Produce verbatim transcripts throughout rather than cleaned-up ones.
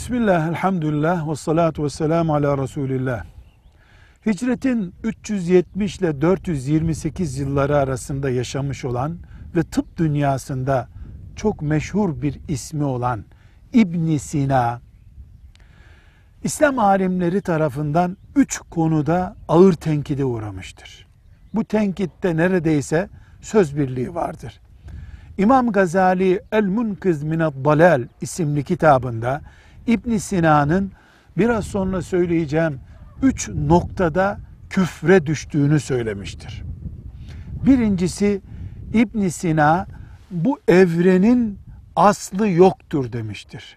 Bismillah, elhamdülillah, ve salatu ve selamu ala Resulillah. Hicretin üç yüz yetmiş ile dört yüz yirmi sekiz yılları arasında yaşamış olan ve tıp dünyasında çok meşhur bir ismi olan İbn Sina, İslam alimleri tarafından üç konuda ağır tenkide uğramıştır. Bu tenkitte neredeyse söz birliği vardır. İmam Gazali El-Munkiz Mined-Dalal isimli kitabında İbn Sina'nın biraz sonra söyleyeceğim üç noktada küfre düştüğünü söylemiştir. Birincisi, İbn Sina bu evrenin aslı yoktur demiştir.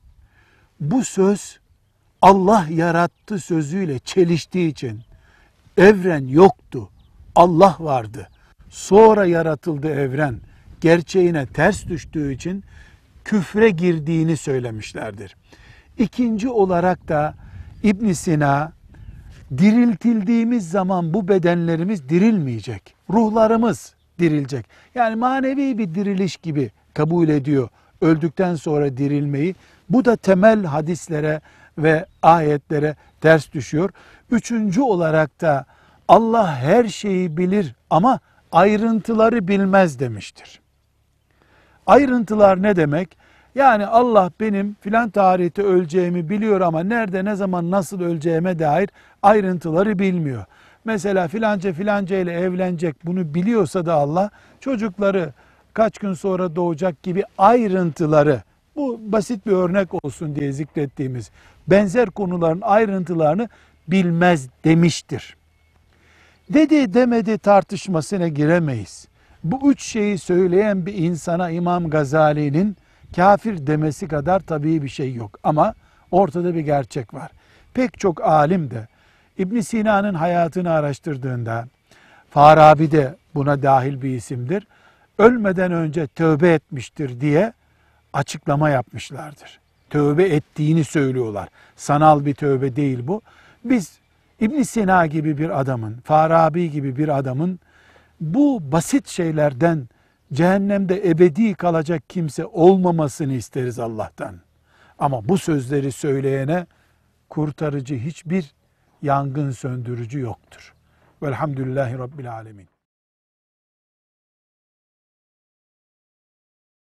Bu söz Allah yarattı sözüyle çeliştiği için evren yoktu, Allah vardı. Sonra yaratıldı evren gerçeğine ters düştüğü için küfre girdiğini söylemişlerdir. İkinci olarak da İbn Sina, diriltildiğimiz zaman bu bedenlerimiz dirilmeyecek. Ruhlarımız dirilecek. Yani manevi bir diriliş gibi kabul ediyor öldükten sonra dirilmeyi. Bu da temel hadislere ve ayetlere ters düşüyor. Üçüncü olarak da Allah her şeyi bilir ama ayrıntıları bilmez demiştir. Ayrıntılar ne demek? Yani Allah benim filan tarihte öleceğimi biliyor ama nerede, ne zaman, nasıl öleceğime dair ayrıntıları bilmiyor. Mesela filanca filanca ile evlenecek, bunu biliyorsa da Allah çocukları kaç gün sonra doğacak gibi ayrıntıları, bu basit bir örnek olsun diye zikrettiğimiz benzer konuların ayrıntılarını bilmez demiştir. Dedi demedi tartışmasına giremeyiz. Bu üç şeyi söyleyen bir insana İmam Gazali'nin kafir demesi kadar tabii bir şey yok. Ama ortada bir gerçek var. Pek çok alim de İbn Sina'nın hayatını araştırdığında, Farabi de buna dahil bir isimdir, ölmeden önce tövbe etmiştir diye açıklama yapmışlardır. Tövbe ettiğini söylüyorlar. Sanal bir tövbe değil bu. Biz İbn Sina gibi bir adamın, Farabi gibi bir adamın bu basit şeylerden cehennemde ebedi kalacak kimse olmamasını isteriz Allah'tan. Ama bu sözleri söyleyene kurtarıcı hiçbir yangın söndürücü yoktur. Velhamdülillahi Rabbil Alemin.